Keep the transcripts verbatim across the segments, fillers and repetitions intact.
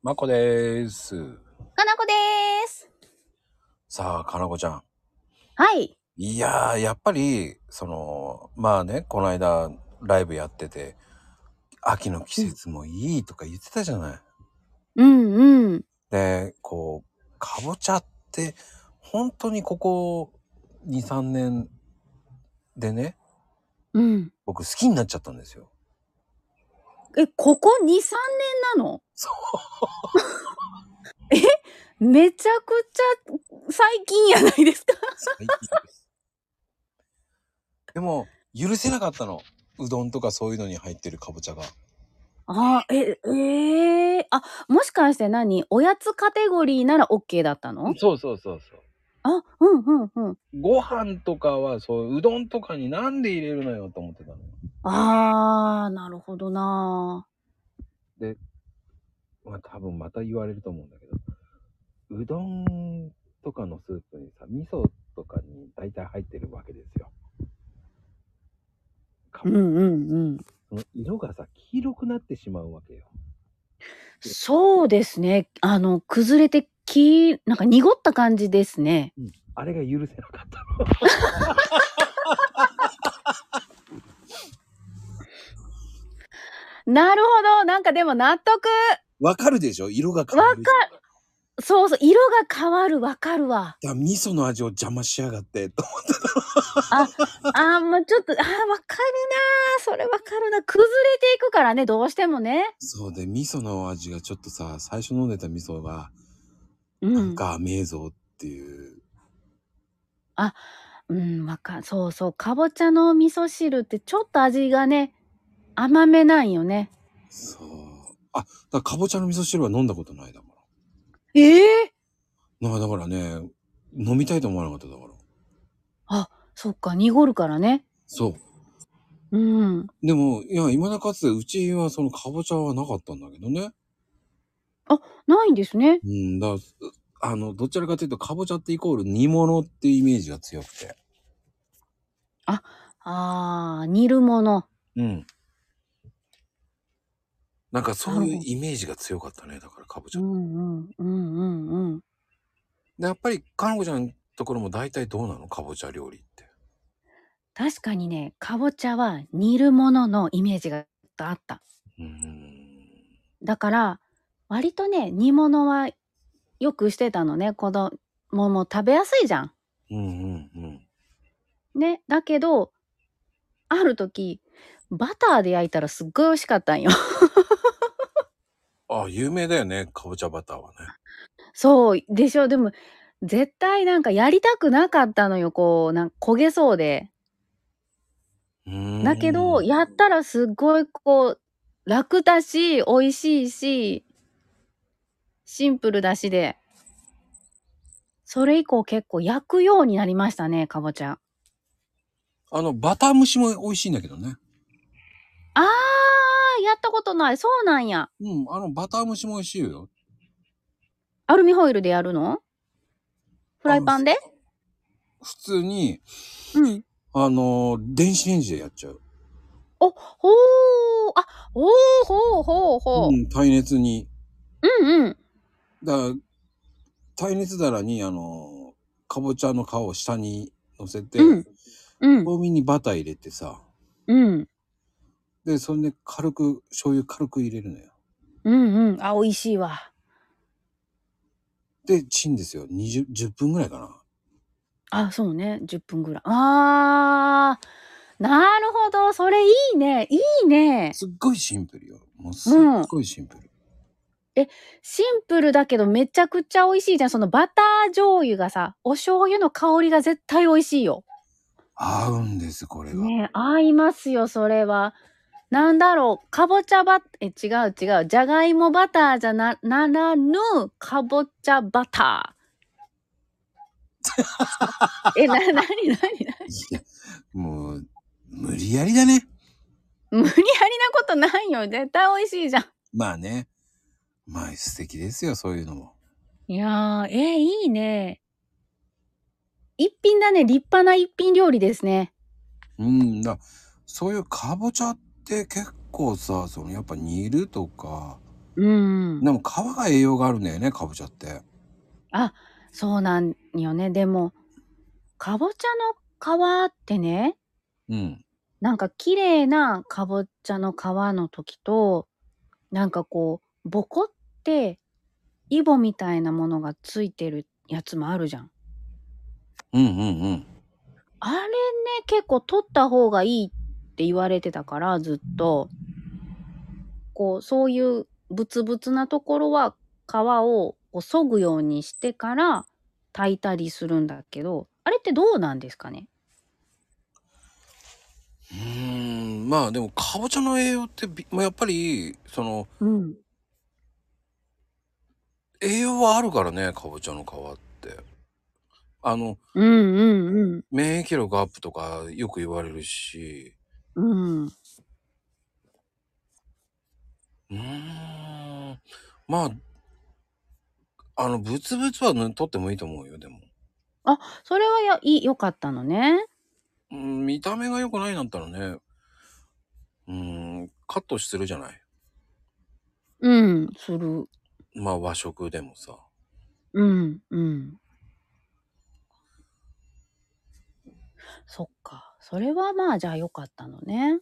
まこでーす。 かなこでーす。 さあ、かなこちゃん。 はい。 いやー、やっぱり、その、まあね、この間、ライブやってて、秋の季うん。 節もいいとか言ってたじゃない。 うんうん。 で、こう、かぼちゃって、本当にここに、さんねんでね、 うん。 僕好きになっちゃったんですよ。 え、ここに、さんねんなの？ そえ、めちゃくちゃ最近やないですか？ 最近です。でも、許せなかったの。うどんとかそういうのに入ってるかぼちゃが。 あー、え、えー、あ、もしかして何？おやつカテゴリーなら OK だったの？ そうそうそうそう。 あ、うんうんうん。 ご飯とかは、そう、うどんとかになんで入れるのよと思ってたのよ。 あー、なるほどなで、まあ多分また言われると思うんだけど、うどんとかのスープにさ、味噌とかに大体入ってるわけですよ。かぼちゃ。 うんうんうん。 その色がさ、黄色くなってしまうわけよ。 そうですね。あの、崩れてき、なんか濁った感じですね。 うん。あれが許せなかったの。なるほど。なんかでも納得。 わかるでしょ、色が変わかわる。 そうそう、色が変わる、わかるわ。 だ味噌の味を邪魔しやがってと思って。 あ、あー、もうちょっと、あー、わかるなー。それわかるな。崩れていくからね、どうしてもね。 そうで、味噌の味がちょっとさ、最初飲んでた味噌が、 うなんん。 か甘えぞっていう。 あ、うん、わかそうそう、かぼちゃの味噌汁ってちょっと味がね、甘めなんよね。 そう。あ、だからかぼちゃの味噌汁は飲んだことないだから。 ええなあ、だからね、飲みたいと思わなかっただから。 あ、そっか、濁るからね。 そう。 うん。 でも、いや、未だかつてうちはそのかぼちゃはなかったんだけどね。 あ、ないんですね。 うん、だあの、どちらかというと、かぼちゃってイコール煮物っていうイメージが強くて。 あ、あー、煮るもの。 うん。なんかそういうなるほど。 イメージが強かったね。だからかぼちゃ。 うんうんうんうんうん。 で、やっぱり、かのこちゃんのところも大体どうなの、かぼちゃ料理って。 確かにね、かぼちゃは煮るもののイメージがあった。 うーん。 だから、割とね、煮物はよくしてたのね。子供も食べやすいじゃん。 うんうんうん。 ね。だけど、ある時、バターで焼いたらすっごい美味しかったんよ。 あ、有名だよね。かぼちゃバターはね。 そう、でしょ。でも、絶対なんかやりたくなかったのよ。こう、なんか焦げそうで。 うーだけど、 ん。 やったらすっごいこう、楽だし、美味しいし、シンプルだしで、それ以降結構焼くようになりましたね、かぼちゃ。 あの、バター蒸しも美味しいんだけどね。 あー、やったことない。そうなんや。 うん、あの、バター蒸しも美味しいよ。 アルミホイルでやるの？フあの、 ライパンで？ 普通に、 うん。 あの、電子レンジでやっちゃう。 お、ほー、あ、おー、ほうほうほうん、耐熱に。 う。うんうん。 だから、耐熱皿に、あの、かぼちゃの皮を下に乗せて、 うん。うん。 多めにバター入れてさ、 うん。 で、それで軽く、醤油軽く入れるのよ。 うんうん。あ、美味しいわ。 で、チンですよ。にじゅう、じゅっぷんぐらいかな。 あ、そうね。じゅっぷんぐらい。あー、なるほど。それいいね。いいね。 すっごいシンプルよ。もうすっうん。 ごいシンプル。 え、シンプルだけどめちゃくちゃ美味しいじゃん。そのバター醤油がさ、お醤油の香りが絶対美味しいよ。 合うんです、これが。 ねえ、合いますよ、それは。なんだろう、かぼちゃバ、え、違う違う。じゃがいもバターじゃな、ならぬ、かぼちゃバター。え、な、なになになにいや、もう、無理やりだね。 無理やりなことないよ。絶対美味しいじゃん。 まあね。まあ素敵ですよ、そういうのも。 いやー、えーいいね。一品だね。立派な一品料理ですね。 うん、だそういうかぼちゃって結構さ、そのやっぱ煮るとか、 うんうん。 でも皮が栄養があるんだよね、かぼちゃって。 あ、そうなんよね。でも、かぼちゃの皮ってね、 うん。 なんか綺麗なかぼちゃの皮の時と、なんかこう、ボコってイボみたいなものがついてるやつもあるじゃん。 うんうんうん。 あれね、結構取った方がいいって言われてたから、ずっと。こう、そういうブツブツなところは皮をこう削ぐようにしてから炊いたりするんだけど、あれってどうなんですかね？ うーん、まあでもかぼちゃの栄養ってびまあ、やっぱりそのうん。 栄養はあるからね、かぼちゃの皮って。あの、 うんうんうん。 免疫力アップとかよく言われるし、 うん。 うーん、まあ、あの、ブツブツはぬ取ってもいいと思うよ、でも。 あ、それはやい良かったのね。 うん、見た目が良くないんだったらね、うーん、カットするじゃない。 うん、する。 まあ和食でもさ。 うん、うん。そっか。それはまあ、じゃあ良かったのね。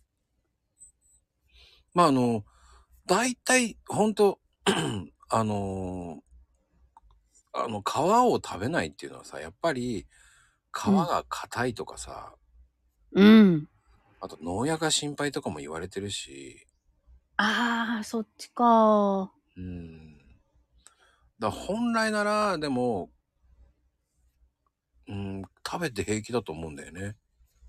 まああの、大体ほんと、あの、あの皮を食べないっていうのはさ、やっぱり皮うん。 が硬いとかさ、 うん。 あと農薬が心配とかも言われてるし、 ああ、そっちか。 うん。だ本来なら、でも、うん、食べて平気だと思うんだよね。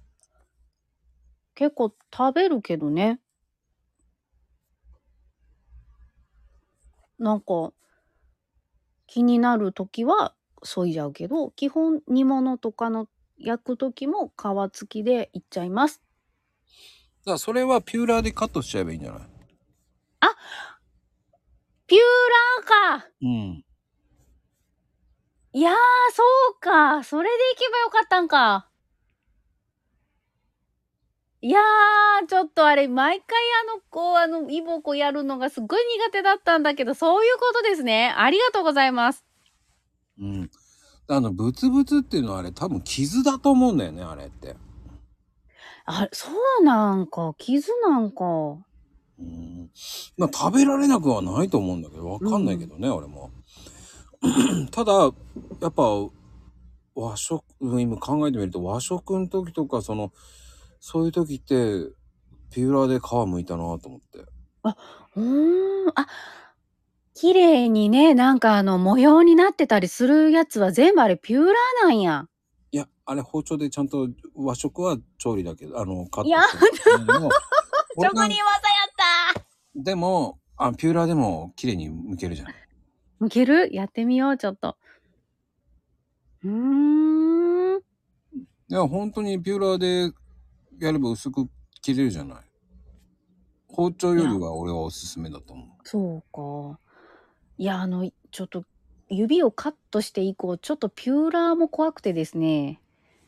結構食べるけどね。なんか、気になる時は削いじゃうけど、基本煮物とかの焼く時も皮付きでいっちゃいます。 だからそれはピューラーでカットしちゃえばいいんじゃない？ あ、ピューラーか。 うん。 いやー、そうか。それでいけばよかったんか。いやー、ちょっとあれ、毎回あの、こう、あの、イボコやるのがすっごい苦手だったんだけど、そういうことですね。ありがとうございます。 うん。あの、ブツブツっていうのはあれ多分傷だと思うんだよね、あれって。 あ、そうなんか。傷なんか。 うん。まあ食べられなくはないと思うんだけど、わかんないけうん。 どね、俺も。ただ、やっぱ和食、今考えてみると和食の時とか、その、そういう時って、ピューラーで皮剥いたなと思って。 あ、うーん。あ、綺麗にね、なんかあの、模様になってたりするやつは全部あれピューラーなんや。 いや、あれ包丁でちゃんと和食は調理だけど、あの、カッいや、 トしてるんだけど、俺なん職人技やった。 でも、あ、ピューラーでも綺麗に剥けるじゃん。 いける？やってみよう、ちょっと。うーん。 いや、本当にピューラーでやれば薄く切れるじゃない。包丁いや、 よりは俺はおすすめだと思う。 そうか。いや、あの、ちょっと、指をカットして以降、ちょっとピューラーも怖くてですね。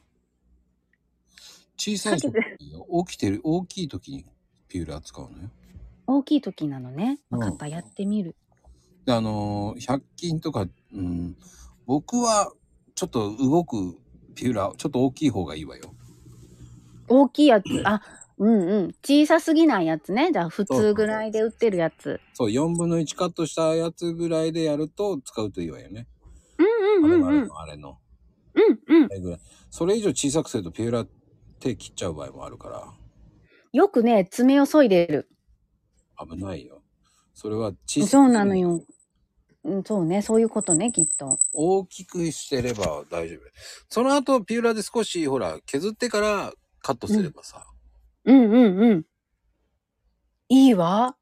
小さい時避けていいよ。起きてる、大きい時にピューラー使うのよ。 大きい時なのね。わかうん。 った、やってみる。 で、あのー、ひゃく均とか、うん、僕はちょっと動くピューラー、ちょっと大きい方がいいわよ。 大きいやつ、あ、うんうん。小さすぎないやつね。じゃあ、普通ぐそうそうそう。 らいで売ってるやつ。 そう、よんぶんのいちカットしたやつぐらいでやると使うといいわよね。 うんうんうんうん。 丸々のあれの。 うんうん。 あれぐらい。それ以上小さくするとピューラー手切っちゃう場合もあるからよくね、爪を削いでる。 危ないよ。それは小さそうすぎるのよ。 なのよ。うん、そうね、そういうことね、きっと。 大きくしてれば大丈夫。その後ピューラーで少しほら削ってからカットうん。 すればさ。 うんうんうん。いいわ。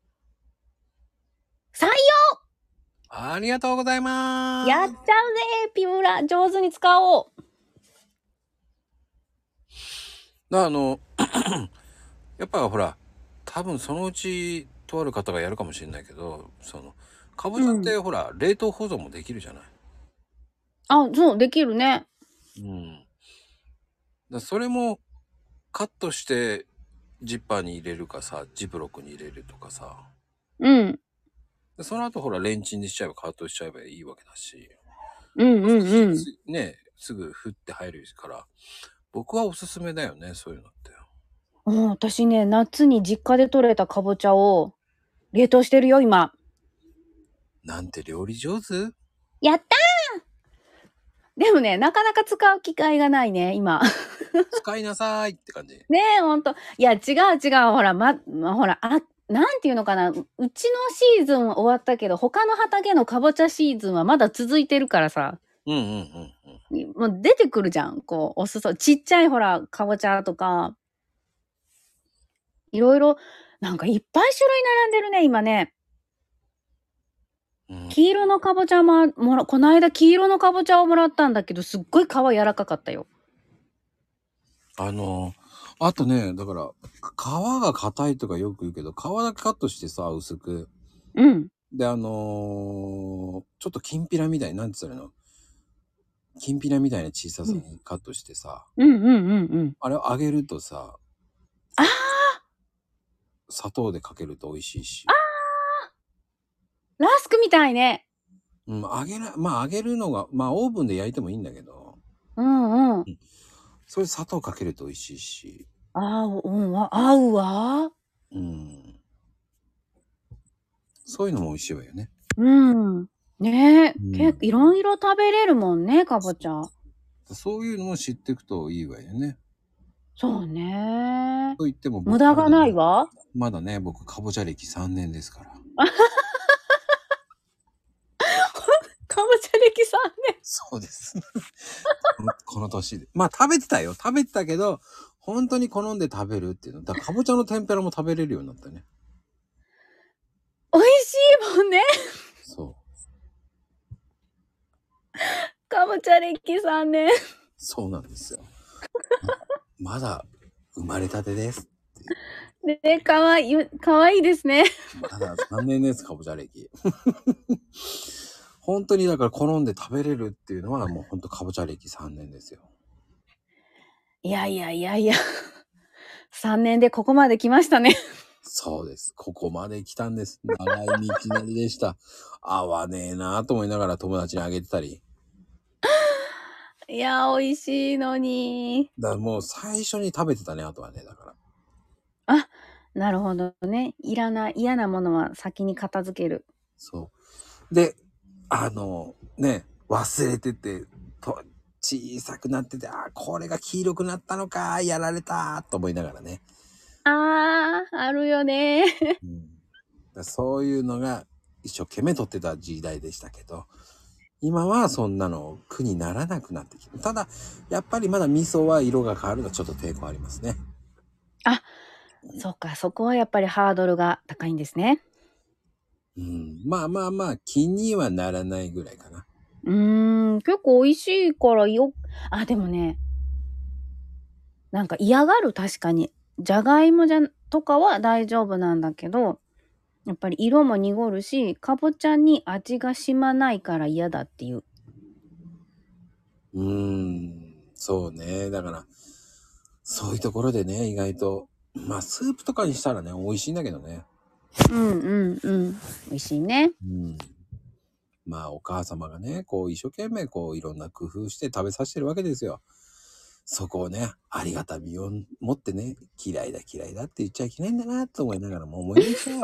採用！ ありがとうございまやっちゃうーす。 ぜ、ピューラ。上手に使おう。 だあのやっぱほら多分そのうちとある方がやるかもしれないけど、そのかぼちゃっうん。 てほら冷凍保存もできるじゃない。 あ、そう、できるね。 うん。だそれもカットして、ジッパーに入れるかさ、ジップロックに入れるとかさ。 うん。 でその後ほらレンチンでしちゃえばカットしちゃえばいいわけだし。 うんうんうん。 ね、すぐ振って入るから、僕はおすすめだよね、そういうのって。 うん、私ね、夏に実家で採れたかぼちゃを冷凍してるよ、今。 なんて料理上手？ やったー！でもね、なかなか使う機会がないね、今。 使いなさいって感じ。 ねえ、ほんと。いや、違う違う。ほら、ま、ま、ほら、あ、なんていうのかな。うちのシーズン終わったけど、他の畑のかぼちゃシーズンはまだ続いてるからさ。 うんうんうんうん。 もう出てくるじゃん。こう、おすそ。ちっちゃいほら、かぼちゃとか。いろいろ、なんかいっぱい種類並んでるね、今ね。 うん、 黄色のかぼちゃも、もら、この間黄色のかぼちゃをもらったんだけど、すっごい皮柔らかかったよ。 あの、あとね、だから、皮が硬いとかよく言うけど、皮だけカットしてさ、薄く。 うん。 で、あのー、ちょっときんぴらみたい、なんて言ったらいいの？きんぴらみたいな小ささにカットしてさ、 うんうんうんうん。 あれを揚げるとさ、 あー砂糖でかけると美味しいし。 あーラスクみたいね。 うん、揚げな、まあ揚げるのが、まあオーブンで焼いてもいいんだけど、 うんうん。 それ砂糖かけると美味しいし。 あう、うん、わ、合うわ。 うん。そういうのも美味しいわよね。 うん。ねえ、 うん。 けいろいろ食べれるもんね、かぼちゃ。 そういうのも知っていくといいわよね。 そうね。 と言っても僕無駄がまだね、 ないわ。 まだね、僕かぼちゃ歴さんねんですから。 かぼちゃ歴さんねん。 そうです。この、この年で。まあ食べてたよ。食べてたけど、本当に好んで食べるっていうの。だからかぼちゃの天ぷらも食べれるようになったね。 美味しいもんね。 そう。 かぼちゃ歴さんねん。 そうなんですよ。まだ生まれたてです。 ね、かわいい、かわいいですね。 まださんねんです、かぼちゃ歴。本当にだから好んで食べれるっていうのはもう本当かぼちゃ歴さんねんですよ。 いやいやいやいや。さんねんでここまで来ましたね。 そうです。ここまで来たんです。長い道のりでした。合わねえなぁと思いながら友達にあげてたり。 いや、美味しいのに。 だからもう最初に食べてたね、あとはね、だから。 あ、なるほどね。いらない、嫌なものは先に片付ける。 そう。で、あの、ね、忘れてて、と小さくなってて、あ、これが黄色くなったのか、やられたと思いながらね。 あー、あるよね。 うん、だそういうのが一生懸命取ってた時代でしたけど、今はそんなの苦にならなくなってきて。ただ、やっぱりまだ味噌は色が変わるのはちょっと抵抗ありますね。 あ、そっか、そこはやっぱりハードルが高いんですね。 うん、まあまあまあ、気にはならないぐらいかな。 うーん、結構美味しいからよ、あ、でもね、なんか嫌がる、確かに。じゃがいもじゃとかは大丈夫なんだけど、やっぱり色も濁るし、かぼちゃに味が染まないから嫌だっていう。 うーん、そうね。だから、そういうところでね、意外と、まあ、スープとかにしたらね、美味しいんだけどね。 うんうんうん。美味しいね。 うん。まあ、お母様がね、こう、一生懸命、こう、いろんな工夫して食べさせてるわけですよ。そこをね、ありがたみを持ってね、嫌いだ嫌いだって言っちゃいけないんだなと思いながらも思いましたよ。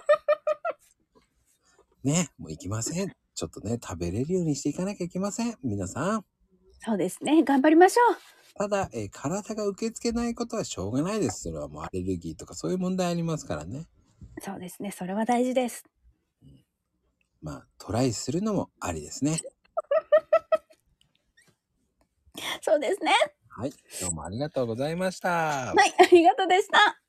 ね、もう行きません。ちょっとね、食べれるようにしていかなきゃいけません。皆さん。 そうですね。頑張りましょう。 ただ、えー体が受け付けないことはしょうがないです。それはもうアレルギーとかそういう問題ありますからね。 そうですね。それは大事です。 まあ、トライするのもありですね。 そうですね。 はい。今日もありがとうございました。 はい、ありがとうでした。